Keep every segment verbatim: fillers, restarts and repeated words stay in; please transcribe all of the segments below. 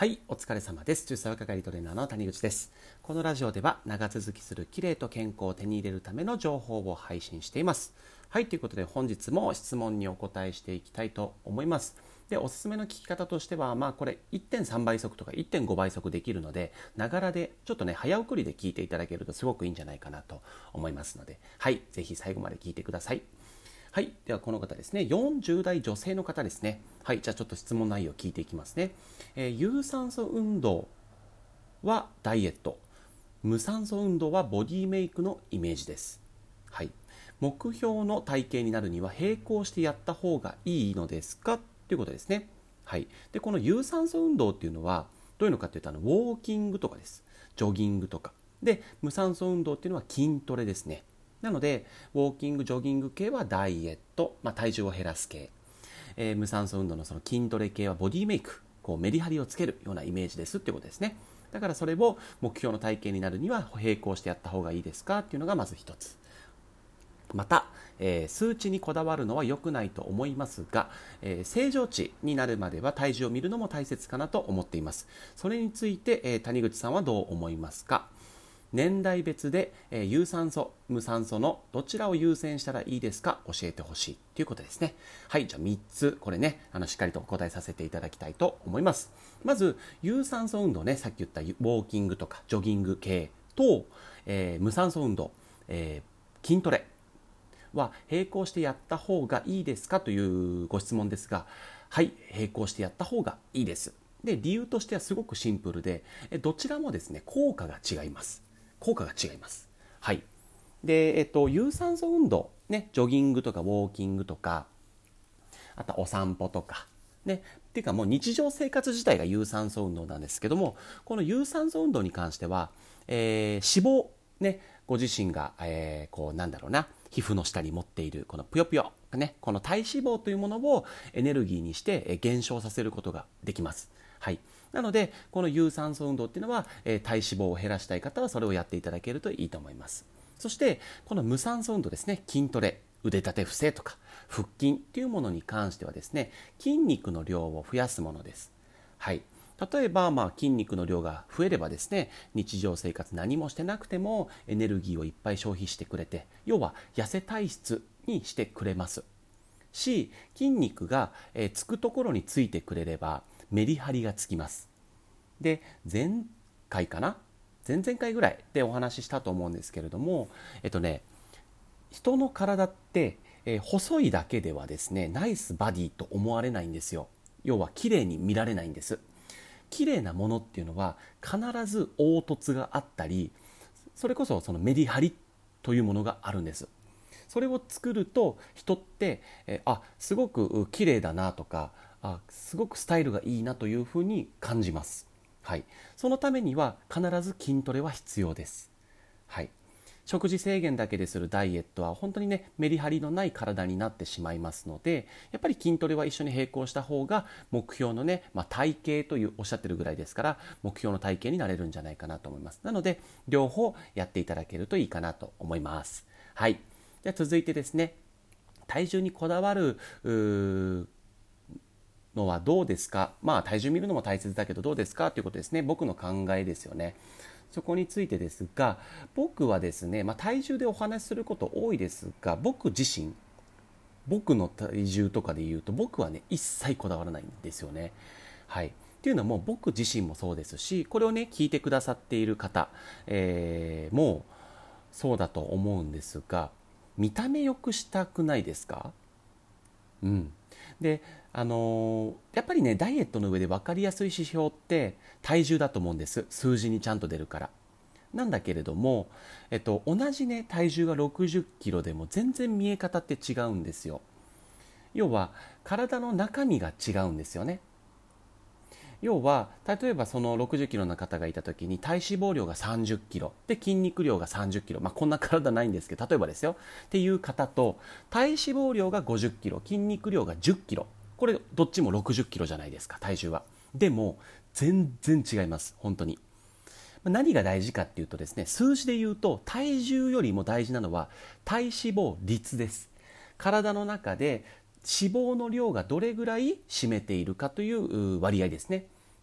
はい、お疲れ様です。中佐若返りトレーナーの谷口です。このラジオでは長続きする綺麗と健康を手に入れるための情報を配信しています。はい、ということで本日も質問にお答えしていきたいと思います。で、おすすめの聞き方としては、まあこれ いってんさん 倍速とか いってんご 倍速できるので、ながらでちょっとね、早送りで聞いていただけるとすごくいいんじゃないかなと思いますので、はい、ぜひ最後まで聞いてください。はい。では、この方ですね。よんじゅう代女性の方ですね。はい。じゃあ、ちょっと質問内容を聞いていきますね。えー、有酸素運動はダイエット。無酸素運動はボディメイクのイメージです。はい。目標の体型になるには並行してやった方がいいのですかということですね。はい。で、この有酸素運動っていうのは、どういうのかというと、あの、ウォーキングとかです。ジョギングとか。で、無酸素運動っていうのは筋トレですね。なので、ウォーキング、ジョギング系はダイエット、まあ、体重を減らす系、えー、無酸素運動のその筋トレ系はボディメイク、こうメリハリをつけるようなイメージですっていうことですね。だからそれを目標の体型になるには並行してやった方がいいですかっていうのがまず一つ。また、えー、数値にこだわるのは良くないと思いますが、えー、正常値になるまでは体重を見るのも大切かなと思っています。それについて、えー、谷口さんはどう思いますか？年代別で、えー、有酸素、無酸素のどちらを優先したらいいですか教えてほしいということですね。はい、じゃあみっつ、これね、あのしっかりとお答えさせていただきたいと思います。まず、有酸素運動ね、さっき言ったウォーキングとかジョギング系と、えー、無酸素運動、えー、筋トレは並行してやった方がいいですかというご質問ですが、はい、並行してやった方がいいです。で、理由としてはすごくシンプルで、どちらもですね、効果が違います。効果が違います。はい。で、えっと、有酸素運動、ね、ジョギングとかウォーキングとか、あとお散歩とか、ね、っていうかもう日常生活自体が有酸素運動なんですけども、この有酸素運動に関しては、えー、脂肪、ね、ご自身が、えー、こうなんだろうな、皮膚の下に持っているこのぷよぷよ、ね、この体脂肪というものをエネルギーにして減少させることができます。はい。なので、この有酸素運動っていうのは、えー、体脂肪を減らしたい方はそれをやっていただけるといいと思います。そして、この無酸素運動ですね、筋トレ、腕立て伏せとか腹筋っていうものに関してはですね、筋肉の量を増やすものです。はい。例えば、まあ、筋肉の量が増えればですね、日常生活何もしてなくてもエネルギーをいっぱい消費してくれて、要は痩せ体質にしてくれますし、筋肉が、えー、つくところについてくれればメリハリがつきます。で、前回かな前々回ぐらいでお話ししたと思うんですけれども、えっとね、人の体って、えー、細いだけではですね、ナイスバディと思われないんですよ。要は綺麗に見られないんです。綺麗なものっていうのは必ず凹凸があったり、それこそそのメリハリというものがあるんです。それを作ると人って、えあ、すごく綺麗だなとか、あ、すごくスタイルがいいなというふうに感じます。はい。そのためには必ず筋トレは必要です。はい。食事制限だけでするダイエットは本当にね、メリハリのない体になってしまいますので、やっぱり筋トレは一緒に並行した方が目標のね、まあ、体型というおっしゃってるぐらいですから、目標の体型になれるんじゃないかなと思います。なので両方やっていただけるといいかなと思います。はい。じゃあ続いてですね、体重にこだわるのはどうですか。まあ体重見るのも大切だけどどうですかということですね。僕の考えですよね。そこについてですが、僕はですね、まあ、体重でお話しすること多いですが、僕自身、僕の体重とかで言うと、僕はね、一切こだわらないんですよね。はい。っていうのも、僕自身もそうですし、これをね、聞いてくださっている方、えー、もそうだと思うんですが、見た目良くしたくないですか？うん。で、あのーやっぱりね、ダイエットの上で分かりやすい指標って体重だと思うんです。数字にちゃんと出るから。なんだけれども、えっと、同じね、体重がろくじゅっキロでも全然見え方って違うんですよ。要は、体の中身が違うんですよね。要は、例えばそのろくじゅっキロの方がいた時に体脂肪量がさんじゅっキロで筋肉量がさんじゅっキロ、まあこんな体ないんですけど、例えばですよっていう方と、体脂肪量がごじゅっキロ、筋肉量がじゅっキロ、これどっちもろくじゅっキロじゃないですか、体重は。でも全然違います、本当に。何が大事かっていうとですね、数字で言うと体重よりも大事なのは体脂肪率です。体の中で脂肪の量がどれぐらい占めているかという割合ですね。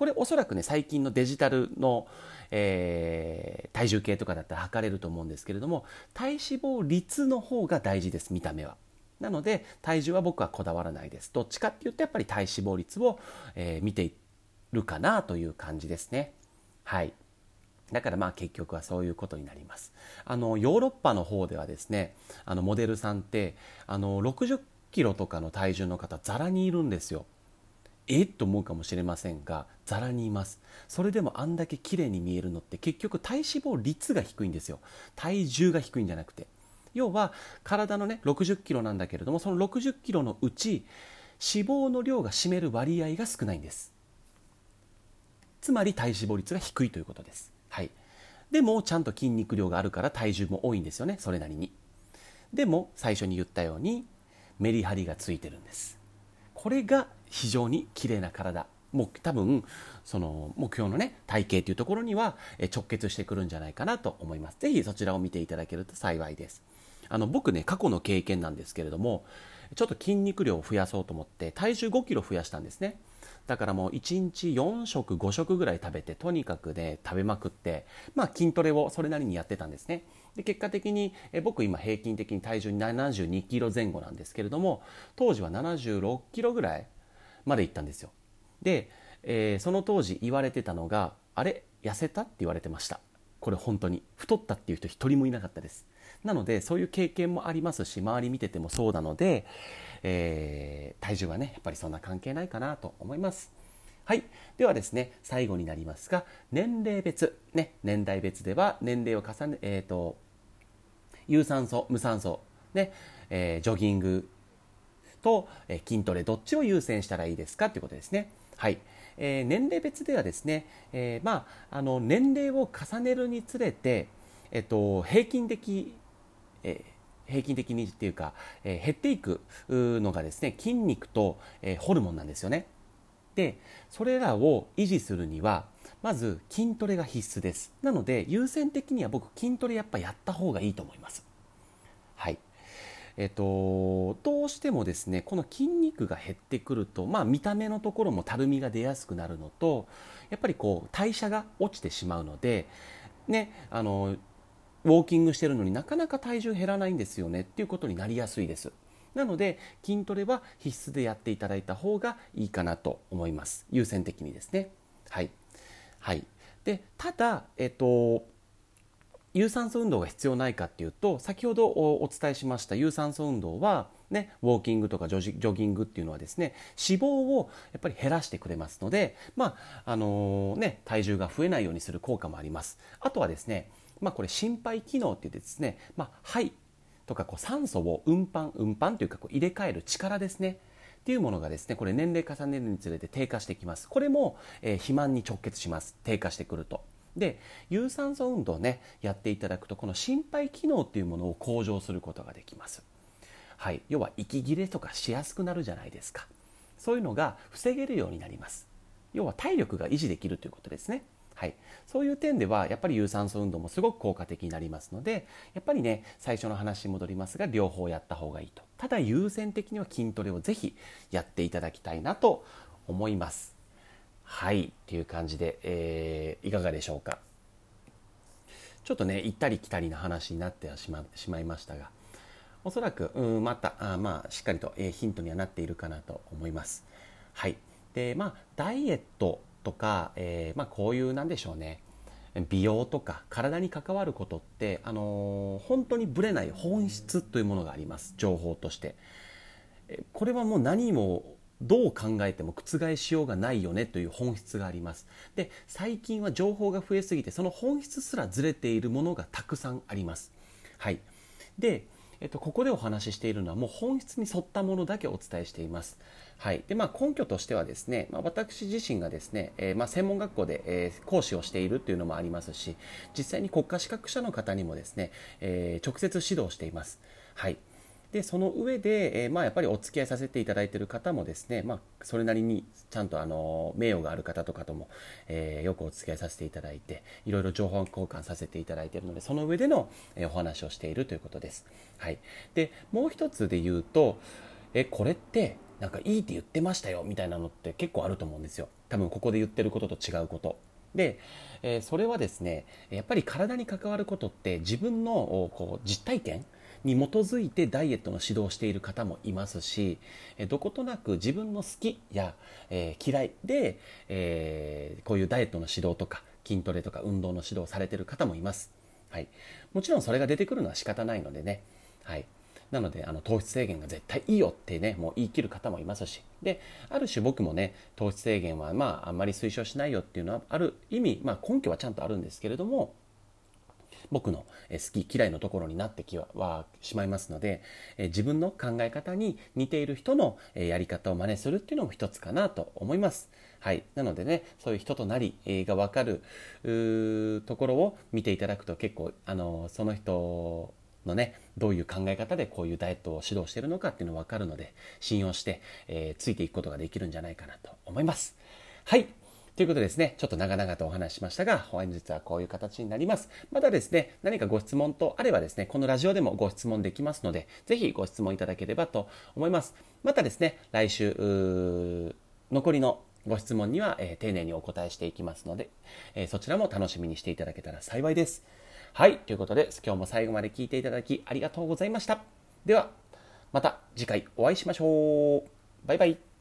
これおそらくね最近のデジタルの、えー体重計とかだったら測れると思うんですけれども、体脂肪率の方が大事です、見た目は。なので体重は僕はこだわらないです。どっちかっていうとやっぱり体脂肪率を、えー見ているかなという感じですね。はい。だからまあ結局はそういうことになります。あのヨーロッパの方ではですね、あのモデルさんってあのろくじゅっキロとかの体重の方ざらにいるんですよ。えっと思うかもしれませんが、ざらにいます。それでもあんだけ綺麗に見えるのって結局体脂肪率が低いんですよ。体重が低いんじゃなくて、要は体のねろくじゅっキロなんだけれども、そのろくじゅっキロのうち脂肪の量が占める割合が少ないんです。つまり体脂肪率が低いということです。はい。でもちゃんと筋肉量があるから体重も多いんですよね、それなりに。でも最初に言ったようにメリハリがついてるんです。これが非常に綺麗な体、もう多分その目標のね体型というところには直結してくるんじゃないかなと思います。ぜひそちらを見ていただけると幸いです。あの僕ね過去の経験なんですけれども、ちょっと筋肉量を増やそうと思って体重ごキロ増やしたんですね。だからもういちにちよん食ご食ぐらい食べて、とにかくね食べまくって、まあ、筋トレをそれなりにやってたんですね。で結果的にえ僕今平均的に体重ななじゅうにキロぜん後なんですけれども、当時はななじゅうろっキロぐらいまでいったんですよ。で、えーその当時言われてたのが、あれ痩せたって言われてました。これ本当に太ったっていう人一人もいなかったです。なのでそういう経験もありますし、周り見ててもそうなので、えー体重はねやっぱりそんな関係ないかなと思います。はい。ではですね、最後になりますが、年齢別、ね、年代別では年齢を重ね、えっ、と、有酸素、無酸素、ね、えージョギングと、えー筋トレ、どっちを優先したらいいですかということですね。はい。えー年齢別ではですね、えーまあ、あの、年齢を重ねるにつれて、えっと、平均的、えー平均的にっていうか、えー減っていくのがですね、筋肉と、えーホルモンなんですよね。でそれらを維持するにはまず筋トレが必須です。なので優先的には僕筋トレやっぱやった方がいいと思います。はい。えっとどうしてもですねこの筋肉が減ってくると、まあ、見た目のところもたるみが出やすくなるのと、やっぱりこう代謝が落ちてしまうのでね、あのウォーキングしてるのになかなか体重減らないんですよねっていうことになりやすいです。なので筋トレは必須でやっていただいた方がいいかなと思います。優先的にですね。はい。はい。で、ただ、えっと、有酸素運動が必要ないかっていうと、先ほどお伝えしました有酸素運動は、ね、ウォーキングとかジョジジョギングっていうのはですね、脂肪をやっぱり減らしてくれますので、まああのね、体重が増えないようにする効果もあります。あとはですね、まあ、これ心肺機能って言ってですね、まあ、肺とかこう酸素を運搬運搬というかこう入れ替える力ですねっていうものがですね、これ年齢重ねるにつれて低下してきます。これも、えー肥満に直結します。低下してくると。で有酸素運動をねやっていただくと、この心肺機能っていうものを向上することができます。はい、要は息切れとかしやすくなるじゃないですか。そういうのが防げるようになります。要は体力が維持できるということですね。はい、そういう点ではやっぱり有酸素運動もすごく効果的になりますので、やっぱりね最初の話に戻りますが両方やった方がいいと。ただ優先的には筋トレをぜひやっていただきたいなと思います。はいっていう感じで、えーいかがでしょうか。ちょっとね行ったり来たりな話になってはしましまいましたが、おそらくうんまたあまあしっかりと、えーヒントにはなっているかなと思います。はい。でまあダイエットとか、えーまあ、こういうなんでしょうね、美容とか体に関わることって、あのー本当にぶれない本質というものがあります。情報として、えこれはもう何もどう考えても覆しようがないよねという本質があります。で最近は情報が増えすぎてその本質すらずれているものがたくさんあります。はい。でえっと、ここでお話ししているのはもう本質に沿ったものだけお伝えしています。はいでまあ、根拠としてはですね、まあ、私自身がですね、えーまあ、専門学校で、えー講師をしているというのもありますし、実際に国家資格者の方にもですね、えー直接指導しています。はいでその上で、えーまあ、やっぱりお付き合いさせていただいている方もですね、まあ、それなりにちゃんとあの名誉がある方とかとも、えーよくお付き合いさせていただいて、いろいろ情報交換させていただいているので、その上での、えーお話をしているということです。はい、でもう一つで言うと、えこれってなんかいいって言ってましたよみたいなのって結構あると思うんですよ。多分ここで言ってることと違うこと。で、えーそれはですね、やっぱり体に関わることって自分のこう実体験に基づいてダイエットの指導をしている方もいますし、えーどことなく自分の好きや、えー嫌いで、えーこういうダイエットの指導とか筋トレとか運動の指導をされている方もいます。はい、もちろんそれが出てくるのは仕方ないのでね、はい、なのであの糖質制限が絶対いいよってねもう言い切る方もいますし、である種僕もね糖質制限はまああんまり推奨しないよっていうのはある意味、まあ、根拠はちゃんとあるんですけれども、僕の好き嫌いのところになってきはしまいますので、自分の考え方に似ている人のやり方を真似するっていうのも一つかなと思います。はい、なのでね、そういう人となりが分かるところを見ていただくと結構あのその人のね、どういう考え方でこういうダイエットを指導しているのかっていうのが分かるので、信用して、えー、ついていくことができるんじゃないかなと思います。はい。ということでですね、ちょっと長々とお話ししましたが、本日はこういう形になります。またですね、何かご質問とあればですね、このラジオでもご質問できますので、ぜひご質問いただければと思います。またですね、来週、残りのご質問には、えー、丁寧にお答えしていきますので、えー、そちらも楽しみにしていただけたら幸いです。はい、ということで、今日も最後まで聞いていただきありがとうございました。では、また次回お会いしましょう。バイバイ。